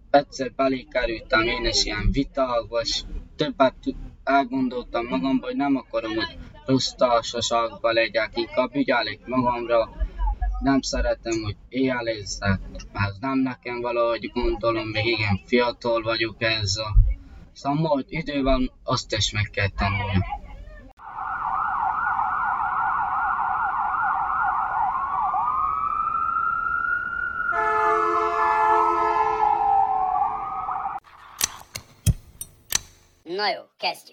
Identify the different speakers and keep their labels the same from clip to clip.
Speaker 1: egyszer belé kerültem én is ilyen vitákba, és többet elgondoltam magamban, hogy nem akarom, hogy rossz társaságban legyek, inkább ügyelek magamra, nem szeretem, hogy éjjelizzek, mert ez nem nekem valahogy gondolom, még igen fiatal vagyok ezzel. Szóval majd idővel azt is meg kell tanulni.
Speaker 2: Na jó, kezdjük.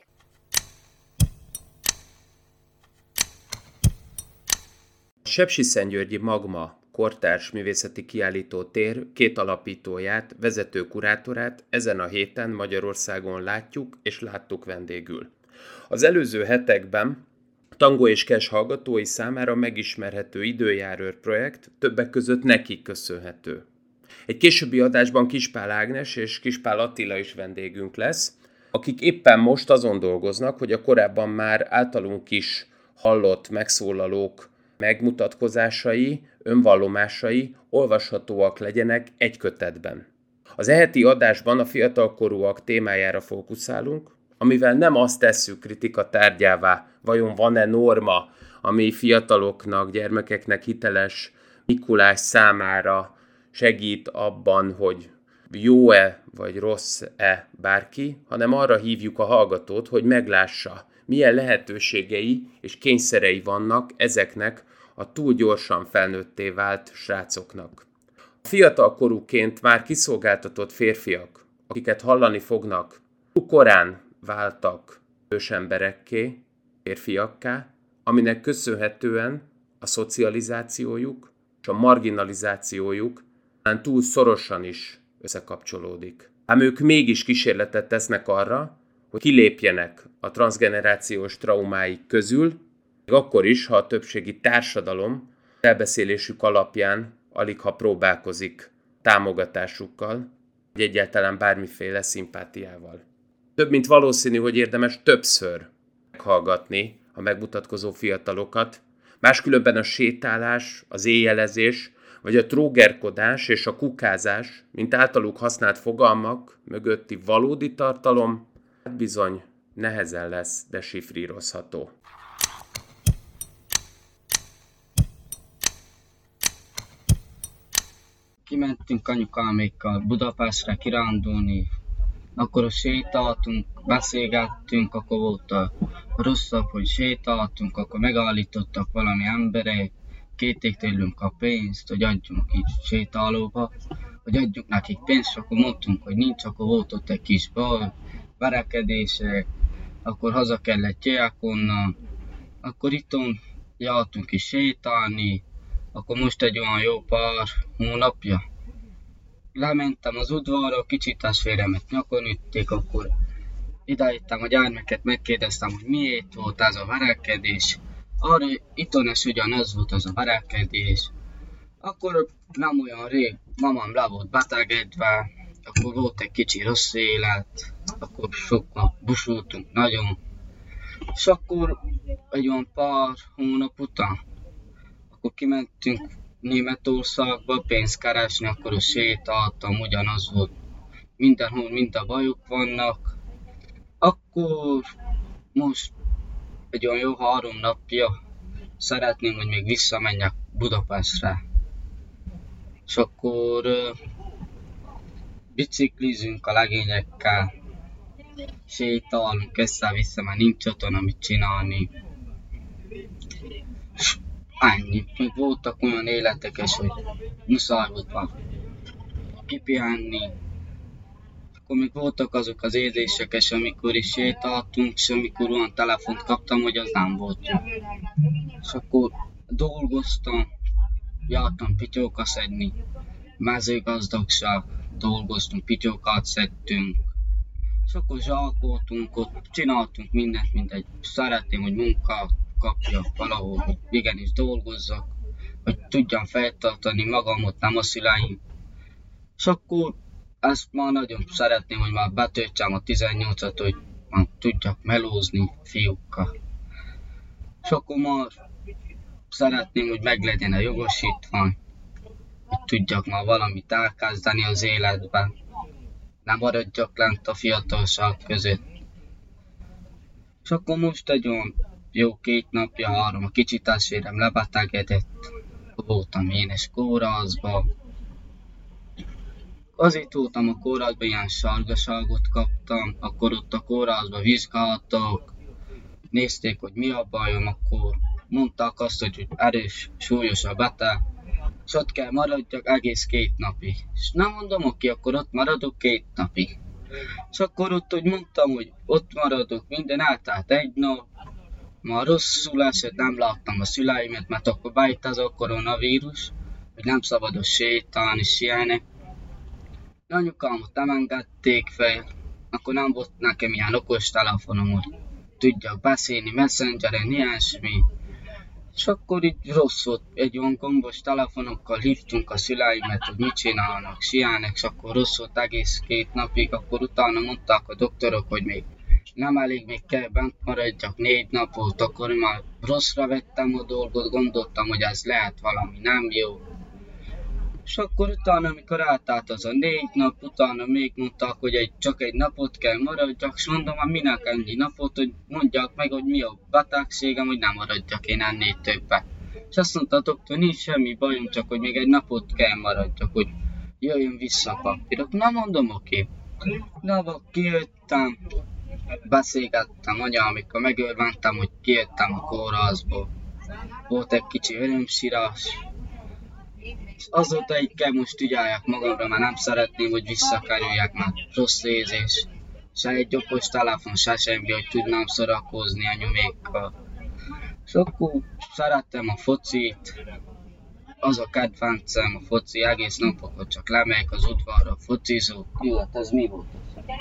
Speaker 3: A Sepsiszentgyörgyi Magma kortárs művészeti kiállító tér két alapítóját, vezető kurátorát ezen a héten Magyarországon látjuk és láttuk vendégül. Az előző hetekben Tango és Cash hallgatói számára megismerhető időjárőr projekt többek között nekik köszönhető. Egy későbbi adásban Kispál Ágnes és Kispál Attila is vendégünk lesz, akik éppen most azon dolgoznak, hogy a korábban már általunk is hallott megszólalók megmutatkozásai, önvallomásai olvashatóak legyenek egy kötetben. Az eheti adásban a fiatalkorúak témájára fókuszálunk, amivel nem azt tesszük kritika tárgyává, vajon van-e norma, ami fiataloknak, gyermekeknek hiteles Mikulás számára segít abban, hogy jó-e vagy rossz-e bárki, hanem arra hívjuk a hallgatót, hogy meglássa, milyen lehetőségei és kényszerei vannak ezeknek a túl gyorsan felnőtté vált srácoknak. A fiatalkorúként már kiszolgáltatott férfiak, akiket hallani fognak, túl korán váltak ősemberekké, férfiakká, aminek köszönhetően a szocializációjuk és a marginalizációjuk túl szorosan is összekapcsolódik. Ám ők mégis kísérletet tesznek arra, hogy kilépjenek a transzgenerációs traumáik közül, még akkor is, ha a többségi társadalom elbeszélésük alapján aligha próbálkozik támogatásukkal, vagy egyáltalán bármiféle szimpátiával. Több mint valószínű, hogy érdemes többször meghallgatni a megmutatkozó fiatalokat, máskülönben a sétálás, az éjjelezés, vagy a trógerkodás és a kukázás, mint általuk használt fogalmak mögötti valódi tartalom, bizony nehezen lesz desifrírozható.
Speaker 1: Kimentünk anyukámékkal Budapestre kirándulni, akkor sétáltunk, beszélgettünk, akkor volt a rosszabb, hogy sétáltunk, akkor megállítottak valami emberek, kérték tőlünk a pénzt, hogy adjunk így sétálóba, hogy adjuk nekik pénzt, akkor mondtunk, hogy nincs, akkor volt ott egy kis baj, verekedések, akkor haza kellett jöjjek onnan, akkor itthon jártunk is sétálni, akkor most egy olyan jó pár hónapja. Lementem az udvarra, kicsit testvéremet nyakon ütték, akkor idejöttem a gyermeket, megkérdeztem, hogy miért volt ez a verekedés. Arra itthon is ugyanaz volt az a verekedés. Akkor nem olyan rég mamám le volt betegedve, akkor volt egy kicsi rossz élet, akkor sokan busultunk nagyon. És akkor egy olyan pár hónap után, akkor kimentünk Németországba pénzt keresni, akkor a sétáltam, ugyanaz volt. Mindenhol mind a bajok vannak. Akkor most egy olyan jó 3 napja szeretném, hogy még visszamenjek Budapestre. És akkor biciklizünk a legényekkel, sétálunk össze-vissza, mert nincs otthon amit csinálni. Ennyi. Még voltak olyan életekes, hogy muszáj volt már kipihenni. Akkor még voltak azok az érzések, amikor is sétáltunk, és amikor olyan telefont kaptam, hogy az nem volt jó. És akkor dolgoztam, jártam pityókat szedni, mezőgazdagság, dolgoztunk, pityókat szedtünk. És akkor zsákoltunk, ott csináltunk mindent, mindegy. Szeretném, hogy munkát kapjak valahol, hogy igenis dolgozzak, hogy tudjam feltartani magamot, nem a szüleim. És akkor ezt már nagyon szeretném, hogy már betöltsem a 18-at, hogy már tudjak melózni fiúkkal. És akkor már szeretném, hogy meglegyen a jogosítvány, hogy tudjak már valamit elkezdeni az életben. nem maradjak lent a fiatalság között. És akkor most egy olyan jó 2 napja, 3, a kicsi testvérem lebetegedett. Voltam én is kórházba. Azért voltam a kórházban, ilyen sárgaságot kaptam, akkor ott a kórházban vizsgáltak, nézték, hogy mi a bajom, akkor mondták azt, hogy erős, súlyos a beteg, és ott kell maradjak egész 2 napig. És nem mondom, oké, akkor ott maradok 2 napig. És akkor ott, hogy mondtam, hogy ott maradok, minden eltelt 1 nap, már rosszul esett, nem láttam a szüleimet, mert akkor bejött az a koronavírus, hogy nem szabad sétálni, és ilyenek. Anyukámot nem engedték fel, akkor nem volt nekem ilyen okos telefonom, hogy tudjak beszélni Messengeren, ilyesmi. És akkor így rossz volt, egy olyan gombos telefonokkal hívtunk a szüleimet, hogy mit csinálnak, és ilyenek, és akkor rossz volt egész 2 napig, akkor utána mondták a doktorok, hogy még nem elég, még kell bent maradjak 4 napot, akkor már rosszra vettem a dolgot, gondoltam, hogy ez lehet valami nem jó. És akkor utána, amikor átállt az a 4 nap, utána még mondták, hogy csak egy napot kell maradjak, és mondom, hogy minek ennyi napot, hogy mondják meg, hogy mi a betegségem, hogy nem maradjak én ennél többet. És azt mondta a doktor, nincs semmi bajom, csak hogy még egy napot kell maradjak, hogy jöjjön vissza a papírok. Na mondom, oké. Na, kijöttem, beszélgettem anyámikkal, megörventem, hogy kijöttem a kórházból. Volt egy kicsi örömsírás. Azóta így kell most ügyeljek magamra, mert nem szeretném, hogy visszakerüljek, mert rossz érzés. Se egy okos telefon, se semmi, hogy tudnám szórakozni a nyomékkal. És akkor szerettem a focit, az a kedvencem, a foci, egész napokat csak lemegyek az udvarra, focizok. Jó, hát ez mi volt?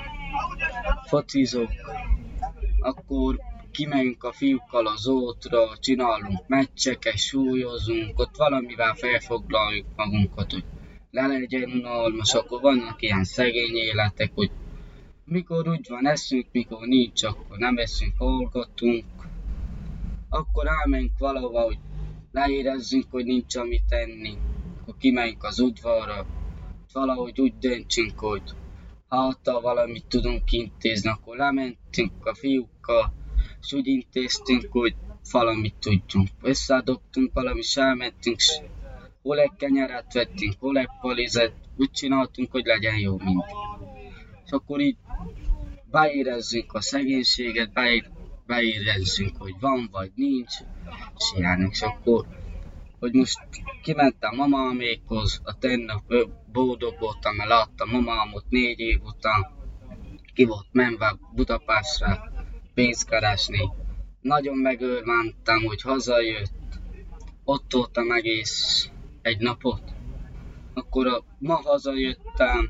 Speaker 1: Focizok, akkor kimegyünk a fiúkkal az ótra, csinálunk meccseket, súlyozunk, ott valamivel felfoglaljuk magunkat, hogy le legyen unalmas, akkor vannak ilyen szegény életek, hogy mikor úgy van, eszünk, mikor nincs, akkor nem eszünk, hallgatunk, akkor elmegyünk valahova, hogy leérezzünk, hogy nincs amit tenni, akkor kimegyünk az udvarra, valahogy úgy döntsünk, hogy ha valamit tudunk intézni, akkor lementünk a fiúkkal, és úgy intéztünk, hogy valamit tudjunk. Összedobtunk valamit, és elmentünk, hol egy kenyeret vettünk, hol egy palizet, úgy csináltunk, hogy legyen jó mindig. És akkor így beérezzünk a szegénységet, beérezzünk, hogy van vagy nincs, és ilyenek. És akkor, hogy most kimentem mamámékhoz, a tegnap boldog voltam, mert láttam mamámot 4 év után, ki volt menve Budapestre pénzt keresni. Nagyon megörventem, hogy hazajött, ott voltam egész 1 napot. Akkor ma hazajöttem,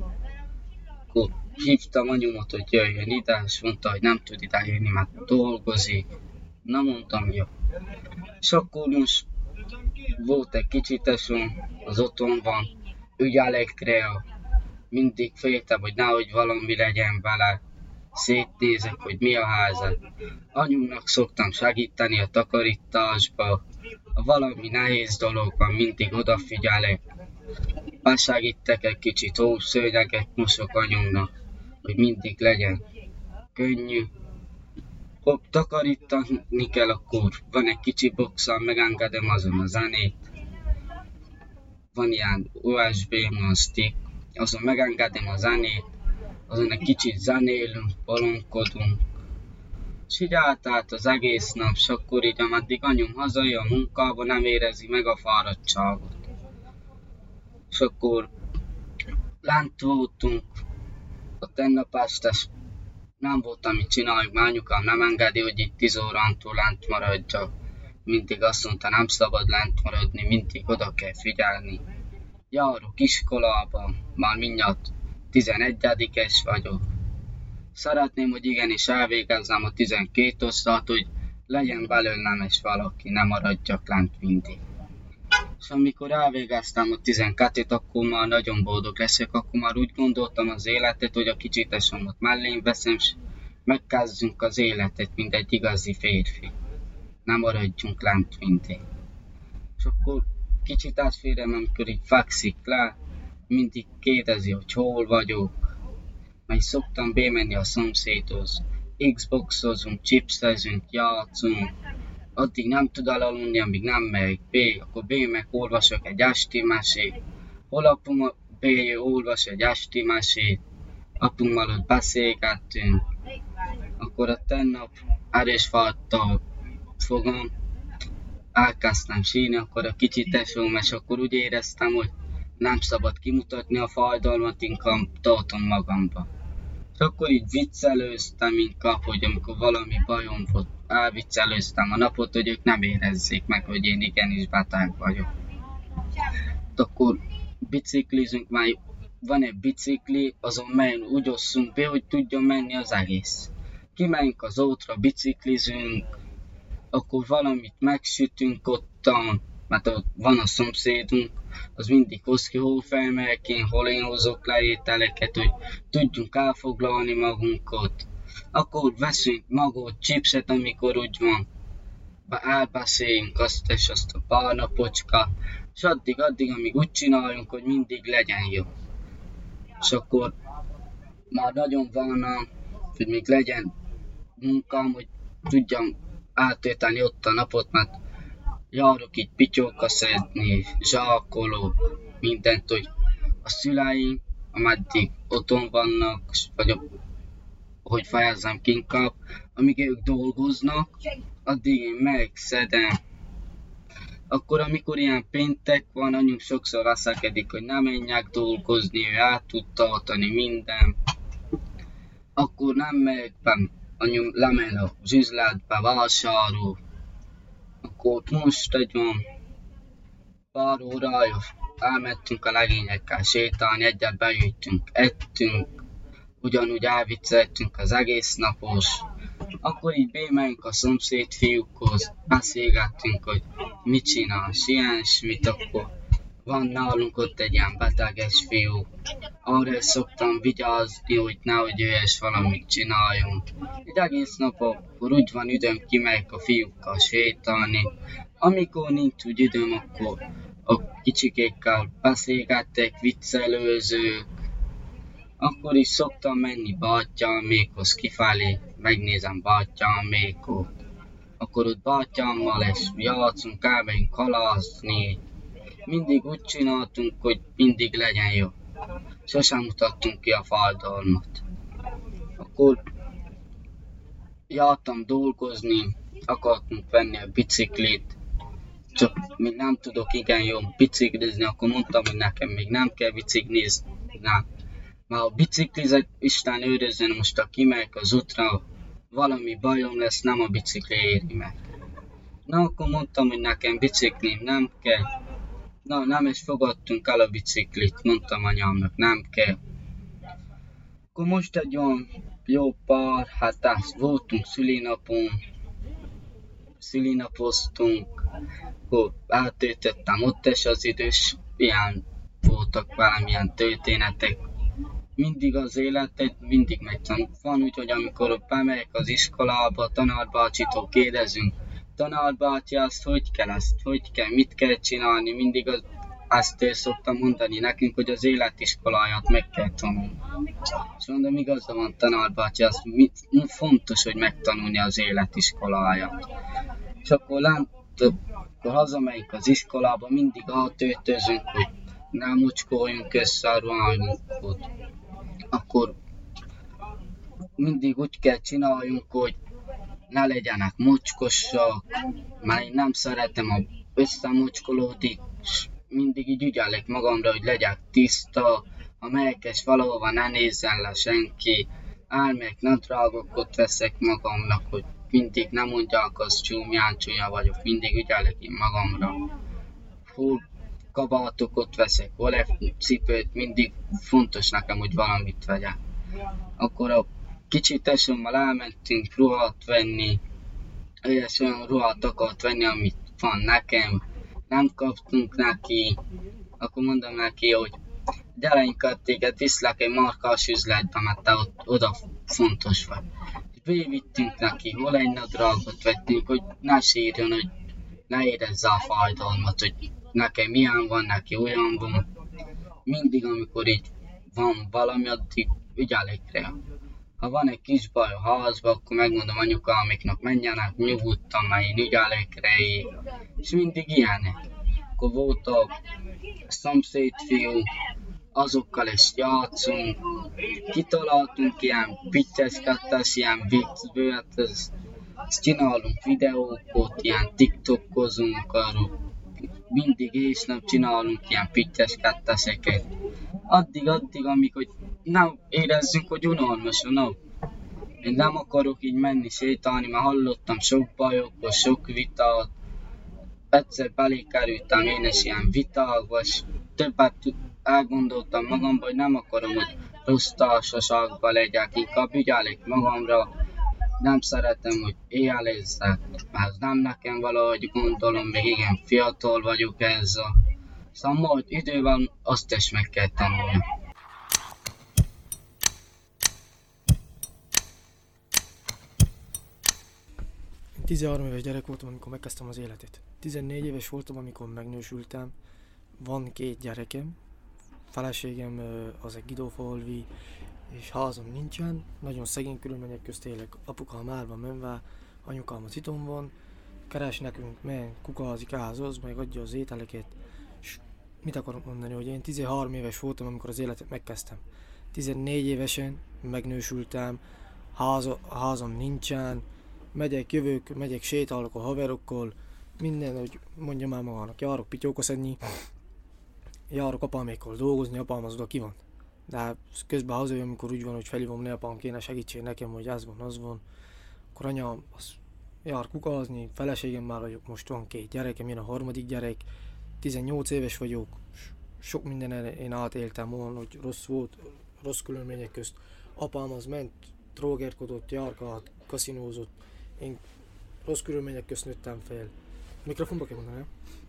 Speaker 1: akkor hívtam anyumat, hogy jöjjön ide, és mondta, hogy nem tud ide jönni, mert dolgozik. Na mondtam, jó. És akkor most volt egy kicsi tesóm, az otthon van, ügyelek rá, mindig féltem, hogy nehogy valami legyen vele. Szétnézek, hogy mi a helyzet. Anyunknak szoktam segíteni a takarításba, ha valami nehéz dolog van, mindig odafigyelek. Besegítek egy kicsit, hószőnyeget mosok anyunknak, hogy mindig legyen könnyű. Ha takarítani kell, akkor van egy kicsi boxam, megengedem azon a zenét. Van ilyen USB-n stick, azon megengedem a zenét, azon egy kicsit zenélünk, balonkodunk. És így átállt az egész nap, és akkor így ameddig anyum hazajön a munkába, nem érezi meg a fáradtságot. És akkor lent voltunk, a tegnap este nem volt, amit csináljuk, mert anyukám nem engedi, hogy itt 10 órától lent maradjak. Mindig azt mondta, nem szabad lent maradni, mindig oda kell figyelni. Járok iskolába, már mindjárt 11-es vagyok. Szeretném, hogy igenis elvégezzem a 12 osztályt, hogy legyen belőlem is valaki, ne maradjak lent mindig. És amikor elvégeztem a 12-t, akkor már nagyon boldog leszek, akkor már úgy gondoltam az életet, hogy a kicsi tesómat mellém veszem, és megkezdjünk az életet, mint egy igazi férfi. Ne maradjunk lent mindig. És akkor kicsi testvérem, amikor így fekszik le, mindig kérdezi, hogy hol vagyok, Majd szoktam bemenni a szomszédhoz. Xboxozunk, chipsezünk, játszunk. Addig nem tud elaludni, amíg nem megyek B, akkor B-meg olvasok egy esti mesét. Hol apum B olvas egy esti mesét, apummal ott beszélgettünk. Akkor a tennap erősfalttal fogom, elkezdtem sírni, akkor a kicsi tesóm, és akkor úgy éreztem, hogy nem szabad kimutatni a fájdalmat, inkább tartom magamba. És akkor így viccelőztem inkább, hogy amikor valami bajom volt, elviccelőztem a napot, hogy ők nem érezzék meg, hogy én igenis beteg vagyok. Akkor biciklizünk, már van egy bicikli, azon melyen úgy osszunk be, hogy tudjon menni az egész. Kimegyünk az útra, biciklizünk, akkor valamit megsütünk ottan, mert ott van a szomszédunk, az mindig hoz ki, hol felmegyek én, hol én hozok le ételeket, hogy tudjunk elfoglalni magunkat. Akkor veszünk magot, chipset, amikor úgy van, elbeszéljünk azt és azt a pár napocska, és addig, amíg úgy csináljunk, hogy mindig legyen jó. És akkor már nagyon van, hogy még legyen munkám, hogy tudjam átölteni ott a napot, mert járok így pityóka szedni, zsákolok, mindent, hogy a szüleim, ameddig otthon vannak, vagy hogy fejezzem ki inkább, amíg ők dolgoznak, addig én megszedem. Akkor, amikor ilyen péntek van, anyum sokszor veszekedik, hogy nem menjek dolgozni, ő át tud tartani minden. Akkor nem megyek be, anyum lemegy az üzletbe, vásárol. Akkor most egy olyan pár órája elmentünk a legényekkel sétálni, egyet bejöttünk, ettünk, ugyanúgy elvicceltünk az egész napos. Akkor így bemegyünk a szomszéd fiúkhoz, beszélgettünk, hogy mit csinálsz, ilyesmit, akkor van nálunk ott egy ilyen beteges fiú. Arra is szoktam vigyázni, hogy nehogy ő is valamit csináljon. Egy egész nap akkor úgy van időm, kimegyek a fiúkkal sétálni. Amikor nincs úgy időm, akkor a kicsikékkel beszélgettek, viccelőzők. Akkor is szoktam menni bátyámékhoz kifelé, megnézem bátyámékot. Akkor ott bátyámmal és játszunk, elmegyünk halászni. Mindig úgy csináltunk, hogy mindig legyen jó. Sosem mutattunk ki a fájdalmat. Akkor jártam dolgozni, akartunk venni a biciklit, csak még nem tudok igen jól biciklizni, akkor mondtam, hogy nekem még nem kell biciklizni. Már a biciklizet, Isten őrizzen, most ha kimegyek az útra, valami bajom lesz, nem a bicikli éri meg. Na, akkor mondtam, hogy nekem biciklim nem kell. Na, nem is fogadtunk el a biciklit, mondtam anyámnak, nem kell. Akkor most egy olyan jó pár, voltunk szülinapoztunk, akkor átöltöttem ott is az idős, ilyen voltak valamilyen történetek. Mindig az életet, mindig megtanul. Van úgy, hogy amikor bemegyek az iskolába, tanárbácsitól kérdezünk, tanárbácsi, hogy kell, mit kell csinálni, mindig azt szoktam mondani nekünk, hogy az életiskoláját meg kell tanulni. És mondom, igaza van tanárbácsi, az fontos, hogy megtanulni az életiskoláját. És akkor akkor hazamegyünk az iskolába, mindig átöltözünk, hogy nem mocskoljunk össze a ruhánkat. Akkor mindig úgy kell csináljunk, hogy ne legyenek mocskosak, mert én nem szeretem, ha összemocskolódik, mindig így ügyelek magamra, hogy legyek tiszta, ha megyek és valahova ne nézzen le senki, elmegyek, nadrágokat veszek magamnak, hogy mindig nem mondják azt csúnya vagyok, mindig ügyelek én magamra. Hol kabátokat veszek, hol egy cipőt, mindig fontos nekem, hogy valamit vegyek. Akkor a kicsi tesómmal elmentünk ruhát venni, ő is olyan ruhát akart venni, amit van nekem, nem kaptunk neki, akkor mondom neki, hogy gyere inkább téged viszlek egy markás üzletbe, mert te oda fontos vagy. És bevittünk neki, hol egy nadrágot vettünk, hogy ne sírjon, hogy ne érezze a fájdalmat, hogy nekem ilyen van, neki olyan van. Mindig, amikor így van valami, addig ügyelek rá. Ha van egy kis baj a házban, akkor megmondom anyukámiknak, menjenek nyugodtan, mert én ügyelek rá, és mindig ilyenek. Akkor volt a szomszédfiú, azokkal is játszunk, kitaláltunk ilyen pityeskettes, ilyen viccből, ezt csinálunk videókat, ilyen tiktokozunk, arról mindig éjszak csinálunk ilyen pityesketteseket. Addig, amikor nem érezzünk, hogy unalmas a nap. Én nem akarok így menni sétálni, mert hallottam sok bajokból, sok vitát. Egyszer belé kerültem én is ilyen vitákba, és többet elgondoltam magamban, hogy nem akarom, hogy rossz társaságban legyek, inkább ügyelek magamra. Nem szeretem, hogy éjjelizzek, mert ez nem nekem valahogy gondolom, még igen fiatal vagyok ezzel. Szóval majd idővel azt is meg kell tanuljam.
Speaker 4: 13 éves gyerek voltam, amikor megkezdtem az életet. 14 éves voltam, amikor megnősültem. Van 2 gyerekem. Feleségem az egy gidófalvi, és házam nincsen. Nagyon szegény körülmények közt élek. Apukám el van menve, anyukám az itthon van. Keres nekünk, men, kukázik, házoz, meg adja az ételeket. És mit akarok mondani, hogy én 13 éves voltam, amikor az életet megkezdtem. 14 évesen megnősültem, házam nincsen. Megyek, sétálok a haverokkal, minden, hogy mondjam már magának, járok pityókaszedni, járok apámékkal dolgozni, apám az oda ki van. De közben hazajön, amikor úgy van, hogy felhívom, ne apám kéne segítség nekem, hogy ez van, az van. Akkor anyám jár kukázni, feleségemmel vagyok, most van 2 gyerekem, jön a 3. gyerek, 18 éves vagyok, sok minden én átéltem olyan, hogy rossz volt, rossz körülmények közt. Apám az ment, trógerkodott, járkált, kaszinózott. Én rossz körülmények közt nőttem fel. Mikrofonba kell mondani, nem?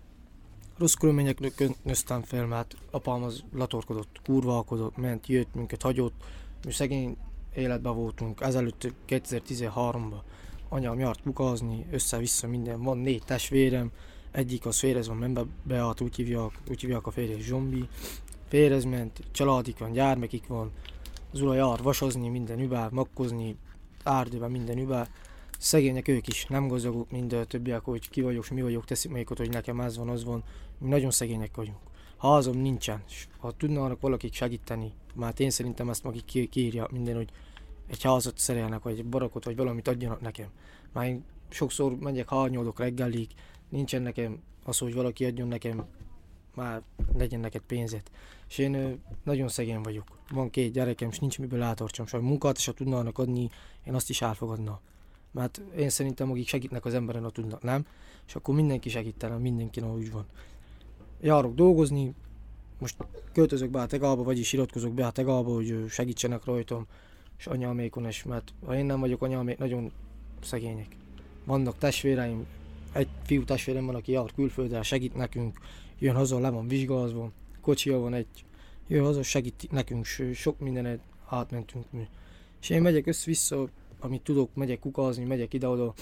Speaker 4: Rossz körülmények közt nőttem fel, mert apám az latorkodott, kurválkodott, ment, jött, minket hagyott. Mi szegény életben voltunk, ezelőtt 2013-ban. Anyám járt kukázni, össze-vissza minden. Van 4 testvérem, egyik az férjez van menve beállt, úgy hívják a férjez Zsombi. Férjez ment, családik van, gyermekik van. Az ura jár vasazni, minden übe, makkozni, árdőben minden übe. Szegények ők is, nem gazdagok, mind a többiek, hogy ki vagyok, mi vagyok, teszik melyiket, hogy nekem ez van, az van. Mi nagyon szegények vagyunk. Házam nincsen, ha tudnának valakik segíteni, mert én szerintem ezt magik kiírja minden, hogy egy házat szerelnek, vagy egy barakot, vagy valamit adjanak nekem. Már én sokszor megyek, hányódok reggelig, nincsen nekem az, hogy valaki adjon nekem, már legyen neked pénzet. És én nagyon szegény vagyok. Van 2 gyerekem, és nincs miből átartsam. És ha munkát is tudnának adni, én azt is elfogadna. Mert én szerintem, akik segítnek az emberen, ha tudnak, nem? És akkor mindenki segítene, mindenki, úgy van. Járok dolgozni, most költözök be a tegába, vagyis iratkozok be a tegába, hogy segítsenek rajtam, és anyámékon is, mert ha én nem vagyok, anyámék nagyon szegények. Vannak testvéreim, egy fiú testvérem van, aki jár külföldre, segít nekünk, jön haza, le van vizsgázva, kocsia van jön haza, segít nekünk, sok mindenet átmentünk mi. És én megyek össze-vissza, amit tudok, megyek kukázni, megyek ide-oda.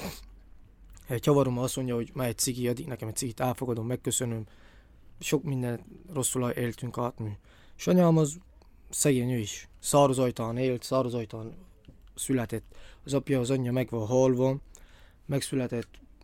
Speaker 4: Egy csavarom azt mondja, hogy már egy cigi, addig nekem egy cigit, elfogadom, megköszönöm. Sok minden rosszul éltünk át mi. És anyám az szegény ő is. Szárazajtán élt, szárazajtán született. Az apja, az anyja meg van halva, megszületett,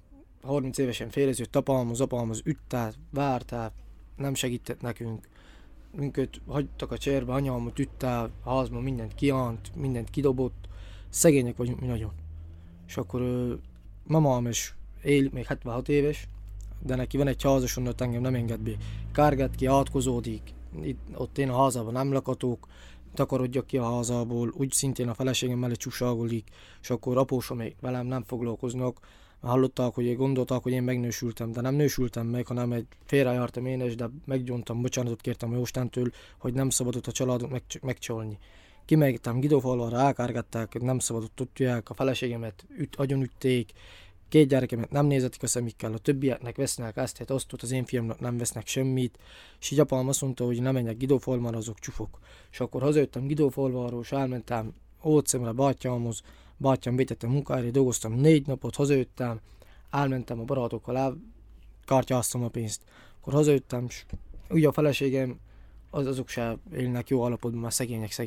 Speaker 4: 30 évesen félrezőtt apám, az apám az ütte, várta, nem segített nekünk. Minket hagytak a cserbe, anyámat ütte, a házban mindent kiánt, mindent kidobott. Szegények vagyunk mi nagyon. És akkor mamám is él, még 76 éves, de neki van egy házas, onnan engem nem enged be. Kárgát ki, átkozódik, ott én a házában nem lakatok, takarodjak ki a házából, úgy szintén a feleségem mellett csúságolik, és akkor apósom még velem nem foglalkoznak. Hallották, hogy gondolták, hogy én megnősültem, de nem nősültem meg, hanem egy félrejártam én is, de meggyóntam, bocsánatot kértem a Jóstentől, hogy nem szabadott a családot megcsolni. Kimegytem Gidófalvára, elkárgatták, nem szabadott tudják, a feleségemet agyonütték, 2 gyerekemet nem nézetik a szemükkel, a többieknek vesznek ezt, azt, az én fiamnak nem vesznek semmit, és így apám azt mondta, hogy nem menjek Gidófalvára, azok csufok. És akkor hazajöttem Gidófalváról, és elmentem Ócemre bátyámhoz, bátyám vétette munkára, dolgoztam 4 napot, hazajöttem, elmentem a barátokkal, elkártyáztam a pénzt. Akkor hazajöttem, és ugye a feleségem, azok se élnek jó állapotban, mert szegények.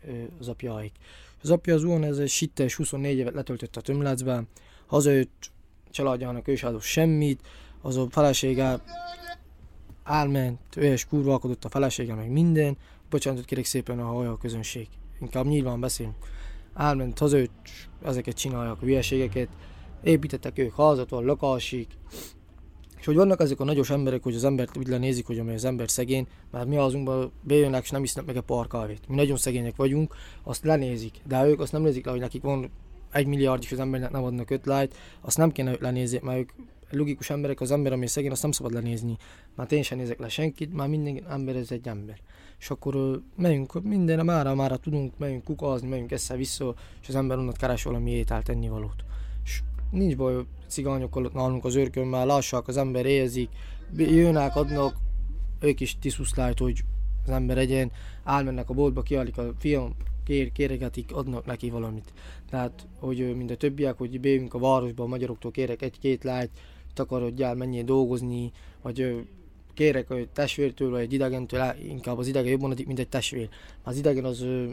Speaker 4: az apjaik. Az apja az olyan, ez egy sittes 24 évet letöltött a tömlecben, hazajött, családjának ő se adott semmit, az a felesége elment, ő is kurvalkodott a felesége, meg minden, bocsánatot kérek szépen a hallja a közönség, inkább nyilván beszélünk. Elment, hazajött, ezeket csinálják a hülyeségeket, építettek ők házat, van lakásig, és hogy vannak ezek a nagyos emberek, hogy az embert úgy lenézik, hogy amely az ember szegény, mert mi hazunkban bejönnek és nem isznak meg a parkávét. Mi nagyon szegények vagyunk, azt lenézik, de ők azt nem nézik le, hogy nekik van 1 milliárd és az embernek nem adnak 5 lájt, azt nem kéne ők lenézni, mert ők logikus emberek, az ember, ami szegény, azt nem szabad lenézni. Már én sem nézek le senkit, már minden ember ez egy ember. És akkor megyünk minden, mára tudunk, megyünk kukázni, megyünk vissza, és az ember onnan keres valami ételt, ennivalót. És nincs baj, cigányokkal ott nálunk az őrkön, már lássák, az ember érzik, jönnek, adnak, ők is tiszuszlájt, hogy az ember egyen, elmennek a boltba, kiállik a fiam, kéregetik, adnak neki valamit. Tehát, hogy mind a többiek, hogy bejövünk a városba, a magyaroktól kérek 1-2 lájt, takarodjál, menjél dolgozni, vagy kérek a testvértől, vagy egy idegentől, inkább az idegen jobban adik, mint egy testvér. Az idegen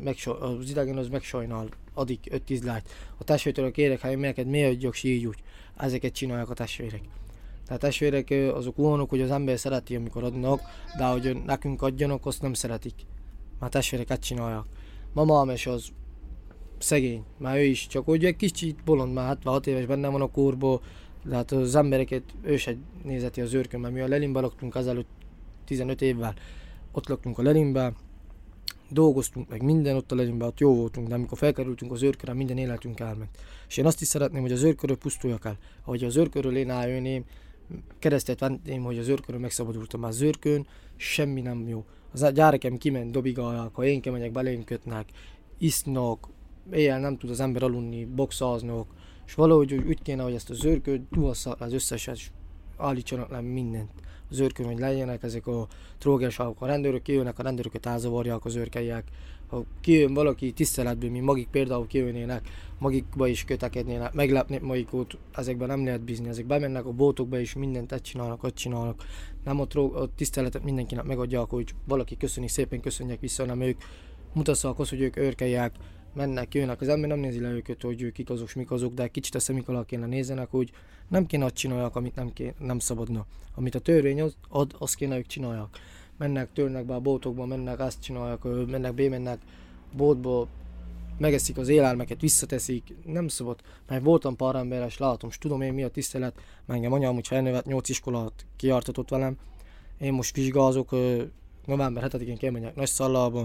Speaker 4: az megsajnál, adik 5-10 lájt. A testvértől kérek, ha én neked miért adjak, sígy úgy. Ezeket csinálják a testvérek. Tehát a testvérek azok olyanok, hogy az ember szereti, amikor adnak, de hogy nekünk adjanak, azt nem szeretik. Már testvéreket csinálják. Mamám és az szegény, már ő is csak hogy egy kicsit bolond, már 76 éves benne van a kórban, de hát az embereket ő se nézeti az őrkön, mert mi a Lelinben laktunk azelőtt 15 évvel, ott laktunk a Lelinben, dolgoztunk meg minden ott a Lelinben, ott jó voltunk, de amikor felkerültünk az őrkörre, minden életünk elment. És én azt is szeretném, hogy az őrkörről pusztuljak el. Ahogy az őrkörről én eljönném, keresztet venném, hogy az őrkörről megszabadultam, már az őrkön semmi nem jó. Az gyerekem kiment, dobigálják, ha én megyek, belém kötnek, isznak, éjjel nem tud az ember aludni, boxáznak, és valahogy úgy kéne, hogy ezt az őrköt túlhasszák az összeset, és állítsanak le mindent az őrkön, hogy legyenek ezek a trógerságok. A rendőrök kijönnek, a rendőröket elzavarják az őrkelyek. Ha kijön valaki tiszteletből, mi magik például kijönnének, magikba is kötekednének, meglepnék magikot, ezekben nem lehet bízni, ezek bemennek a boltokba és mindent ezt csinálnak, azt csinálnak. Nem a tiszteletet mindenkinek megadják, hogy valaki köszöni, szépen köszönjek vissza, nem ők mutasszák azt, hogy ők őrkelyek, mennek, jönnek, az ember nem nézi le őket, hogy ők kik azok, mik azok, de kicsit a szemük alá kéne nézzenek, hogy nem kéne azt csinálják, amit nem szabadna. Amit a törvény ad, azt kéne ők csinálják. Mennek, törnek be a boltokba, mennek, azt csinálják, mennek boltba, megeszik az élelmeket, visszateszik, nem szabad. Mert voltam pár emberrel, és látom, és tudom én mi a tisztelet, mert engem anyám úgy felnőtt, 8 iskolát kiártatott velem. Én most vizsgázok, november 7-én kelmegyek Nagyszallába,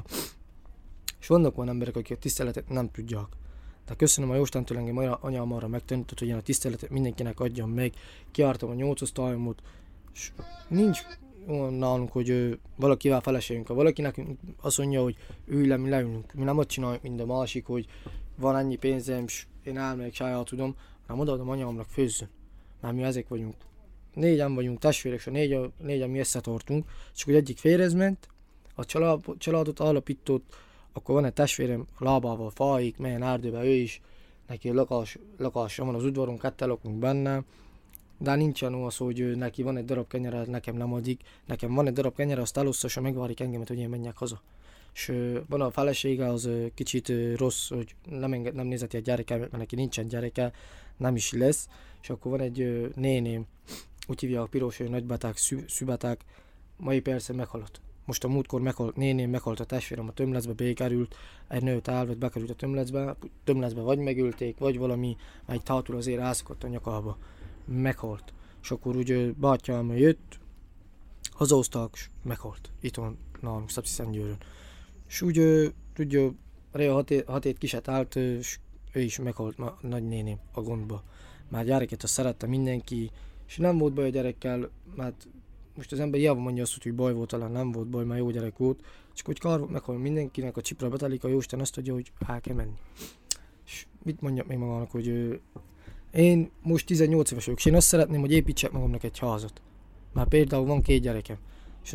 Speaker 4: és vannak olyan emberek, akik a tiszteletet nem tudják. De köszönöm a Jóistentől, engem anyám arra megtanított, hogy én a tiszteletet mindenkinek adjam meg. Kiártam a 8 osztályomot, és nincs olyan nálunk, hogy valakivel feleségünk. Ha valaki nekünk azt mondja, hogy ülj le, mi leülünk. Mi nem azt csináljuk, mint a másik, hogy van annyi pénzem, és én elmegyek, saját tudom, hanem odaadom anyámnak, főzzön. Mert mi ezek vagyunk. 4-en vagyunk testvérek, és a 4-en mi összetartunk, csak hogy egyik férjhez ment, a családot alapított, akkor van egy testvérem, lábával fájik, melyen erdőbe ő is, neki lakása van az udvaron, 2 lakunk benne, de nincsen az, hogy neki van egy darab kenyere, nekem nem adik, nekem van egy darab kenyere, azt eloszta, és megvárik engemet, hogy én menjek haza. És van a felesége, az kicsit rossz, hogy nem nézeti a gyerekemet, mert neki nincsen gyereke, nem is lesz, és akkor van egy néném, úgy hívják piros, nagybeteg, szübeteg, mai persze meghalt. Most a múltkor meghalt néném, meghalt a testvérem a tömlecbe, bekerült, egy nőt elvett, bekerült a tömlecbe vagy megölték, vagy valami, egy tátul azért elszakadt a nyakába, meghalt. És akkor úgy bátyám jött, hazahozták, és meghalt, itt van nálunk, Szabszentgyőrön. És úgy tudja, Réa 6 hét kiset állt, és ő is meghalt, a nagynéném a gondba. Már gyereket azt szerette mindenki, és nem volt baj a gyerekkel, mert most az ember hiába mondja azt, hogy baj volt, talán nem volt baj, már jó gyerek volt, csak hogy kár volt meghal mindenkinek, a csipra betelik, a Jóisten azt adja, hogy el kell menni. És mit mondjak még magának, hogy én most 18 éves vagyok, és én azt szeretném, hogy építsek magamnak egy házat. Már például van 2 gyerekem, és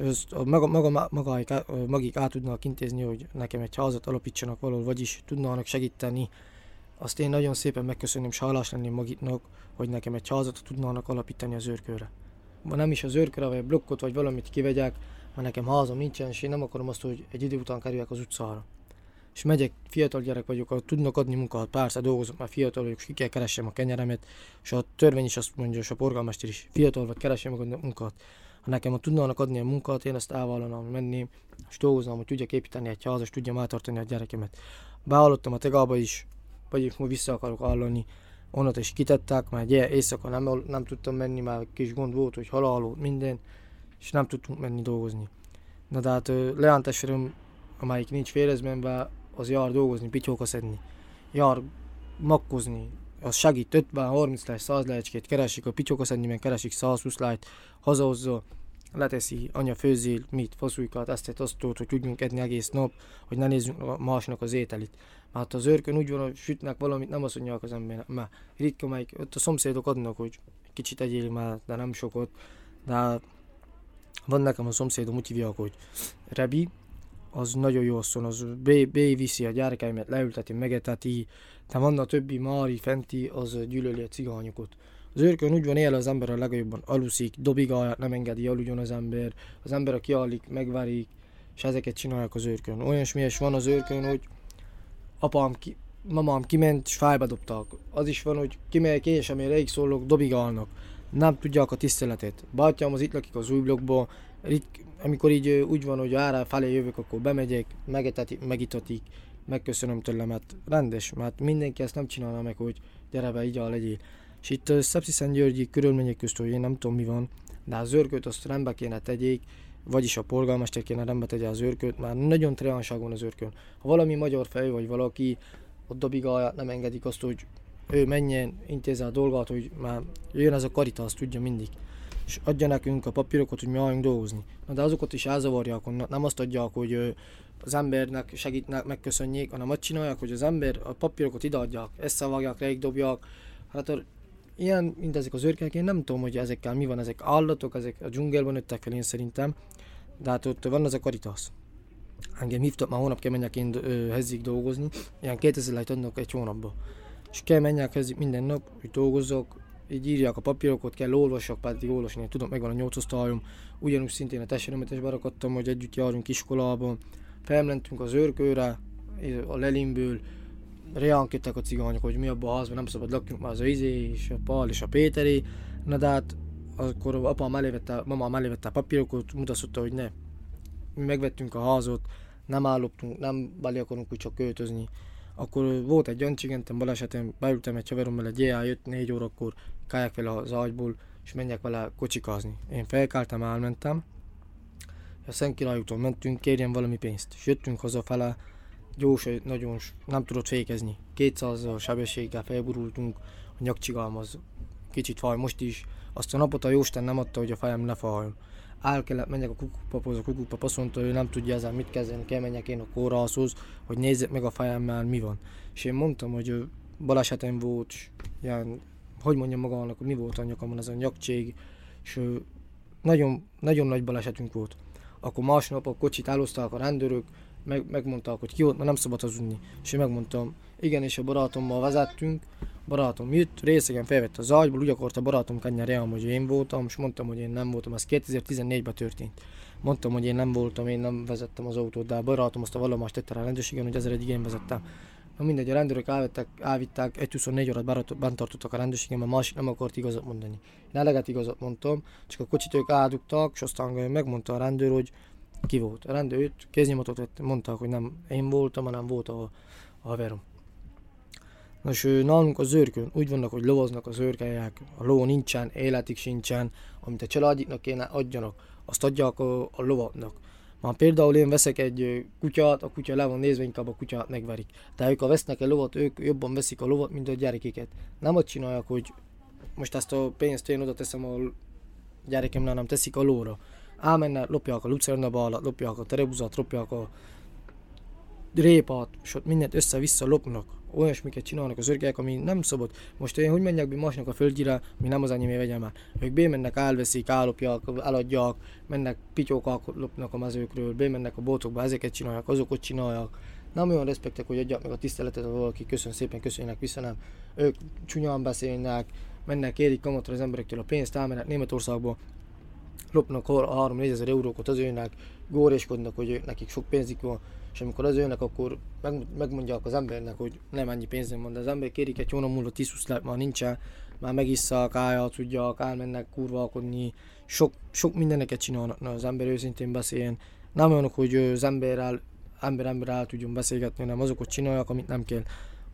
Speaker 4: magik át tudnak intézni, hogy nekem egy házat alapítsanak valahol, vagyis tudnának segíteni. Azt én nagyon szépen megköszönném, és hálás lenném magiknak, hogy nekem egy házat tudnának alapítani az őrkőre. Nem is az őrkőre, vagy blokkot, vagy valamit kivegyek, mert nekem házam nincsen, és én nem akarom azt, hogy egy idő után kerüljek az utcára. és megyek, fiatal gyerek vagyok, tudnak adni munkát, párszor dolgozok, már fiatal vagyok, és ki kell keresem a kenyeremet, és a törvény is azt mondja, és a polgármester is, fiatal vagy, keresem meg a munkát. Ha nekem tudnának adni a munkát, én ezt elvallanám, menném, és dolgoznám, hogy tudjak építeni egy házat, és tudjam eltartani a gyerekemet. Beállottam a tegába is, vagyis most vissza akarok állani, onnat is kitettek, mert éjszaka nem tudtam menni, már kis gond volt, hogy halál volt minden, és nem tudtunk menni dolgozni. Na de hát Leán testvérem, amelyik nincs férezbenben, az jár dolgozni, pityóka szedni, jár makkozni, az segít 50-30 lejt, 100 lejtskét keresik, a pityóka szedniben keresik 120 lejt, hazahozza, leteszi, anya főzzél, mit, faszulykát, ezt azt hogy tudjunk edni egész nap, hogy ne nézzünk másnak az ételit. Hát az őrkön úgy van, hogy sütnek valamit, nem azt mondják az embernek, mert ritka, melyik, ott a szomszédok adnak, hogy kicsit egyél már, de nem sokat, de van nekem a szomszédom, úgy hívják, hogy Rebi, az nagyon jó asszony, az viszi a gyerekeimet, leülteti, megeteti, de van a többi Mári, Fenti, az gyűlöli a cigányokat. Az őrkön úgy van, él az ember a legjobban, aluszik, dobigálja, nem engedi, aludjon az ember aki alig, megvárik, és ezeket csinálják az őrkön. Olyan smilyes van az őrkön, hogy mamám kiment, és fájba dobták. Az is van, hogy kimegyek én, és amire rég szólok, dobigálnak. Nem tudják a tiszteletet. Bátyám az itt lakik az új blokkban, amikor így úgy van, hogy ára felé jövök, akkor bemegyek, megitatik, megköszönöm tőle, mert rendes, mert mindenki ezt nem csinálna meg, hogy gyere be, így legyél. És itt Szepsiszentgyörgyi körülmények közt, hogy én nem tudom mi van, de az őrköt azt rendbe kéne tegyék, vagyis a polgármester kéne rendbe tegye az őrköt, már nagyon treánság van az őrkön. Ha valami magyar fej, vagy valaki ott dobigálja, nem engedik azt, hogy ő menjen, intézze a dolgát, hogy már jön ez a Caritas, tudja mindig. És adja nekünk a papírokat, hogy mi álljunk dolgozni. Na de azokat is elzavarják, nem azt adják, hogy az embernek segítnek, megköszönjék, hanem azt csinálják, hogy az ember a papírokat ideadják, összevágják, rejük dobják. Hát ilyen, mint ezek az őrkek, én nem tudom, hogy ezekkel mi van, ezek állatok, ezek a dzsungelben nőttek fel én szerintem, de hát ott van az a Caritas. Engem hívtak, már hónap kell menjek én hezzig dolgozni, ilyen 2000 lejt adnak egy hónapba. És kell menjek hezzig minden nap, hogy dolgozzak, így írják a papírokat, kell olvassak, pedig olvasni, tudom, megvan a 8 osztályom, ugyanúgy szintén a testvéremet is berakadtam, hogy együtt járunk iskolában, felmentünk az őrkőre, a Lelimből, reánkedtek a cigányok, hogy mi abban a házban nem szabad laknunk, már az a Izé, és a Pál és a Péteri, na de hát akkor mamám elévette a papírokat, mutatta, hogy ne. Mi megvettünk a házat, nem állottunk, nem belé akarunk úgy csak költözni. Akkor volt egy Jancsigentem balesetem, beültem egy haverommal, egy GA jött 4 órakor, káljak vele az ágyból, és menjek vele kocsikázni. Én felkeltem, elmentem, a Szentkirály úton mentünk, kérjen valami pénzt, és jöttünk hazafele, gyors, nagyon nem tudott fékezni. 200 sebességgel felburultunk, a nyakcsigám az kicsit fáj most is. Azt a napot a Jóisten nem adta, hogy a fejem ne fájjon. El kellett menjek a kukukpaphoz, a kukukpap azt mondta, hogy nem tudja ezzel mit kezdeni, kell menjek én a kórházhoz, hogy nézzek meg a fejemmel mi van. És én mondtam, hogy balesetem volt, ilyen, hogy mondjam magának, hogy mi volt a nyakamon, ez a nyakcség, és nagyon, nagyon nagy balesetünk volt. Akkor másnap a kocsit elhozták a rendőrök, megmondták, hogy ki volt, mert nem szabad hazudni. És én megmondtam, igen, és a barátommal vezettünk, barátom jött, részegen felvett az ágyból, úgy akarta barátom kenni rám, hogy én voltam, és mondtam, hogy én nem voltam, ez 2014-ben történt. Mondtam, hogy én nem voltam, én nem vezettem az autót, de a barátom azt a vallomást tette rá a rendőrségen, hogy 1001-ig én vezettem. Na mindegy, a rendőrök elvitták, 1-24 órát bent tartottak a rendőrségen, mert másik nem akart igazat mondani. Én eleget igazat mondtam, csak a kocsit ők eldugtak, és aztán megmondta a rendőr, hogy ki volt. A rendőr jött, kéznyomatot vett, mondták, hogy nem én voltam, hanem volt a haverom. Nos, nálunk az őrkön úgy vannak, hogy lovaznak az őrkelyek, a ló nincsen, életik sincsen, amit a családiknak kéne adjanak, azt adják a lovaknak. Már például én veszek egy kutyát, a kutya le van nézve, inkább a kutyát megverik. De ők ha vesznek egy lovat, ők jobban veszik a lovat, mint a gyerekeket. Nem azt csinálják, hogy most ezt a pénzt én oda teszem a gyerekemnek, nem teszik a lóra. Elmennek, lopják a lucernabálat, lopják a terebuzat, lopják a répát, és ott mindent össze-vissza lopnak. Olyasmiket csinálnak az örgek, ami nem szabad. Most én hogy menjek be másnak a földjére, mi nem az enyémé vegyem el. Ők bemennek, elveszik, ellopják, eladják, mennek, pityókat lopnak a mezőkről, bemennek a boltokba, ezeket csinálják, azokat csinálják. Nem olyan respektek, hogy adják meg a tiszteletet, ha valaki köszön szépen, köszönjenek vissza, nem. Ők csúnyán beszélnek, mennek, kérik kamatra az emberektől a pénzt, elmennek Németországba, lopnak 3-4 ezer eurókat az őnek, góréskodnak, hogy nekik sok pénzük van. és amikor az jönnek, akkor megmondják az embernek, hogy nem ennyi pénzem van, de az ember kérik egy hónap múlva 10-20 lett, már nincsen, már megisszak, ájat tudjak, elmennek kurvalkodni, sok mindeneket csinálnak, az ember őszintén beszéljen. Nem olyanok, hogy az ember el tudjon beszélgetni, hanem azokat csinálják, amit nem kell.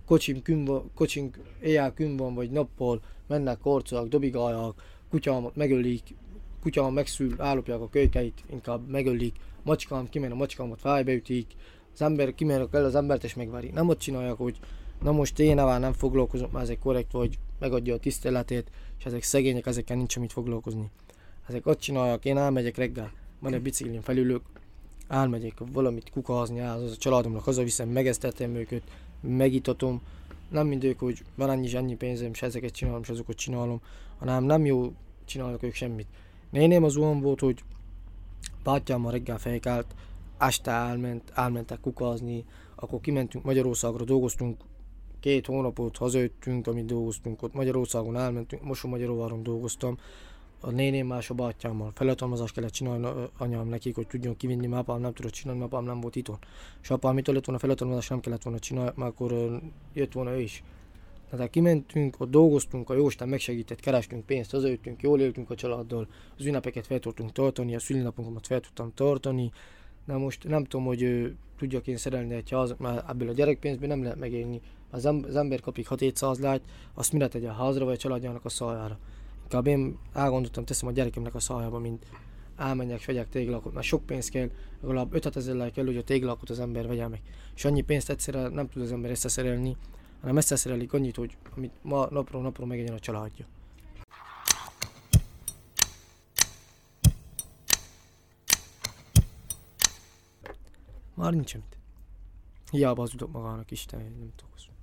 Speaker 4: Kocsink éjjel kün van, vagy nappal mennek, korcak, dobigálják, kutyámat megölik, kutyám megszül, állopják a kölykeit, inkább megölik, macskám kimen, a macskámat fájba ütik, az ember kimen el az embert és megvárik. Nem ott csinálják, hogy na most én nem foglalkozom, mert ezek korrekt vagy, megadja a tiszteletét, és ezek szegények, ezekkel nincs mit foglalkozni. Ezek ott csinálják, én elmegyek reggel, van egy biciklin felülök, elmegyek valamit kukázni, az a családomnak hazaviszem, megesztettem őket, megitatom, nem mindők, hogy van ennyi pénzem, és ezeket csinálom, és azokat csinálom, hanem nem jó csinálnak ők semmit. Néném az olyan volt, hogy bátyám ma reggel felkelt, este elmentek kukázni, akkor kimentünk Magyarországra, dolgoztunk 2 hónapot, hazajöttünk, amit dolgoztunk ott Magyarországon, elmentünk, Mosonmagyaróváron dolgoztam, a néném más a bátyámmal, felhatalmazást kellett csinálni anyám nekik, hogy tudjon kivinni, mert apám nem tudott csinálni, mert apám nem volt itthon. És apám mitől lett volna felhatalmazást, nem kellett volna csinálni, mert akkor jött volna ő is. Tehát kimentünk, ott dolgoztunk, a Jóisten megsegített, kerestünk pénzt, hazajöttünk, jól éltünk a családdal, az ünnepeket fel tudtunk tartani, a szülinapunkat fel tudtam tartani, de most nem tudom, hogy tudjak én szerelni egy házat, mert ebből a gyerekpénzből nem lehet megélni. Az ember kapik 6-700 lányt, azt mire tegye a házra vagy a családjának a szájára. Inkább én elgondoltam, teszem a gyerekemnek a szájába, mint elmenjek, és vegyek téglalakot, mert sok pénz kell, legalább 5-6 ezer kell, hogy a téglalakot az ember vegye meg. És annyi pénzt egyszerre nem tud az ember összeszerelni, hanem összeszerelik annyit, hogy amit ma napról megegyen a családja. Már nincs semmit. Hiába hazudok magának, Isten, nem tudok.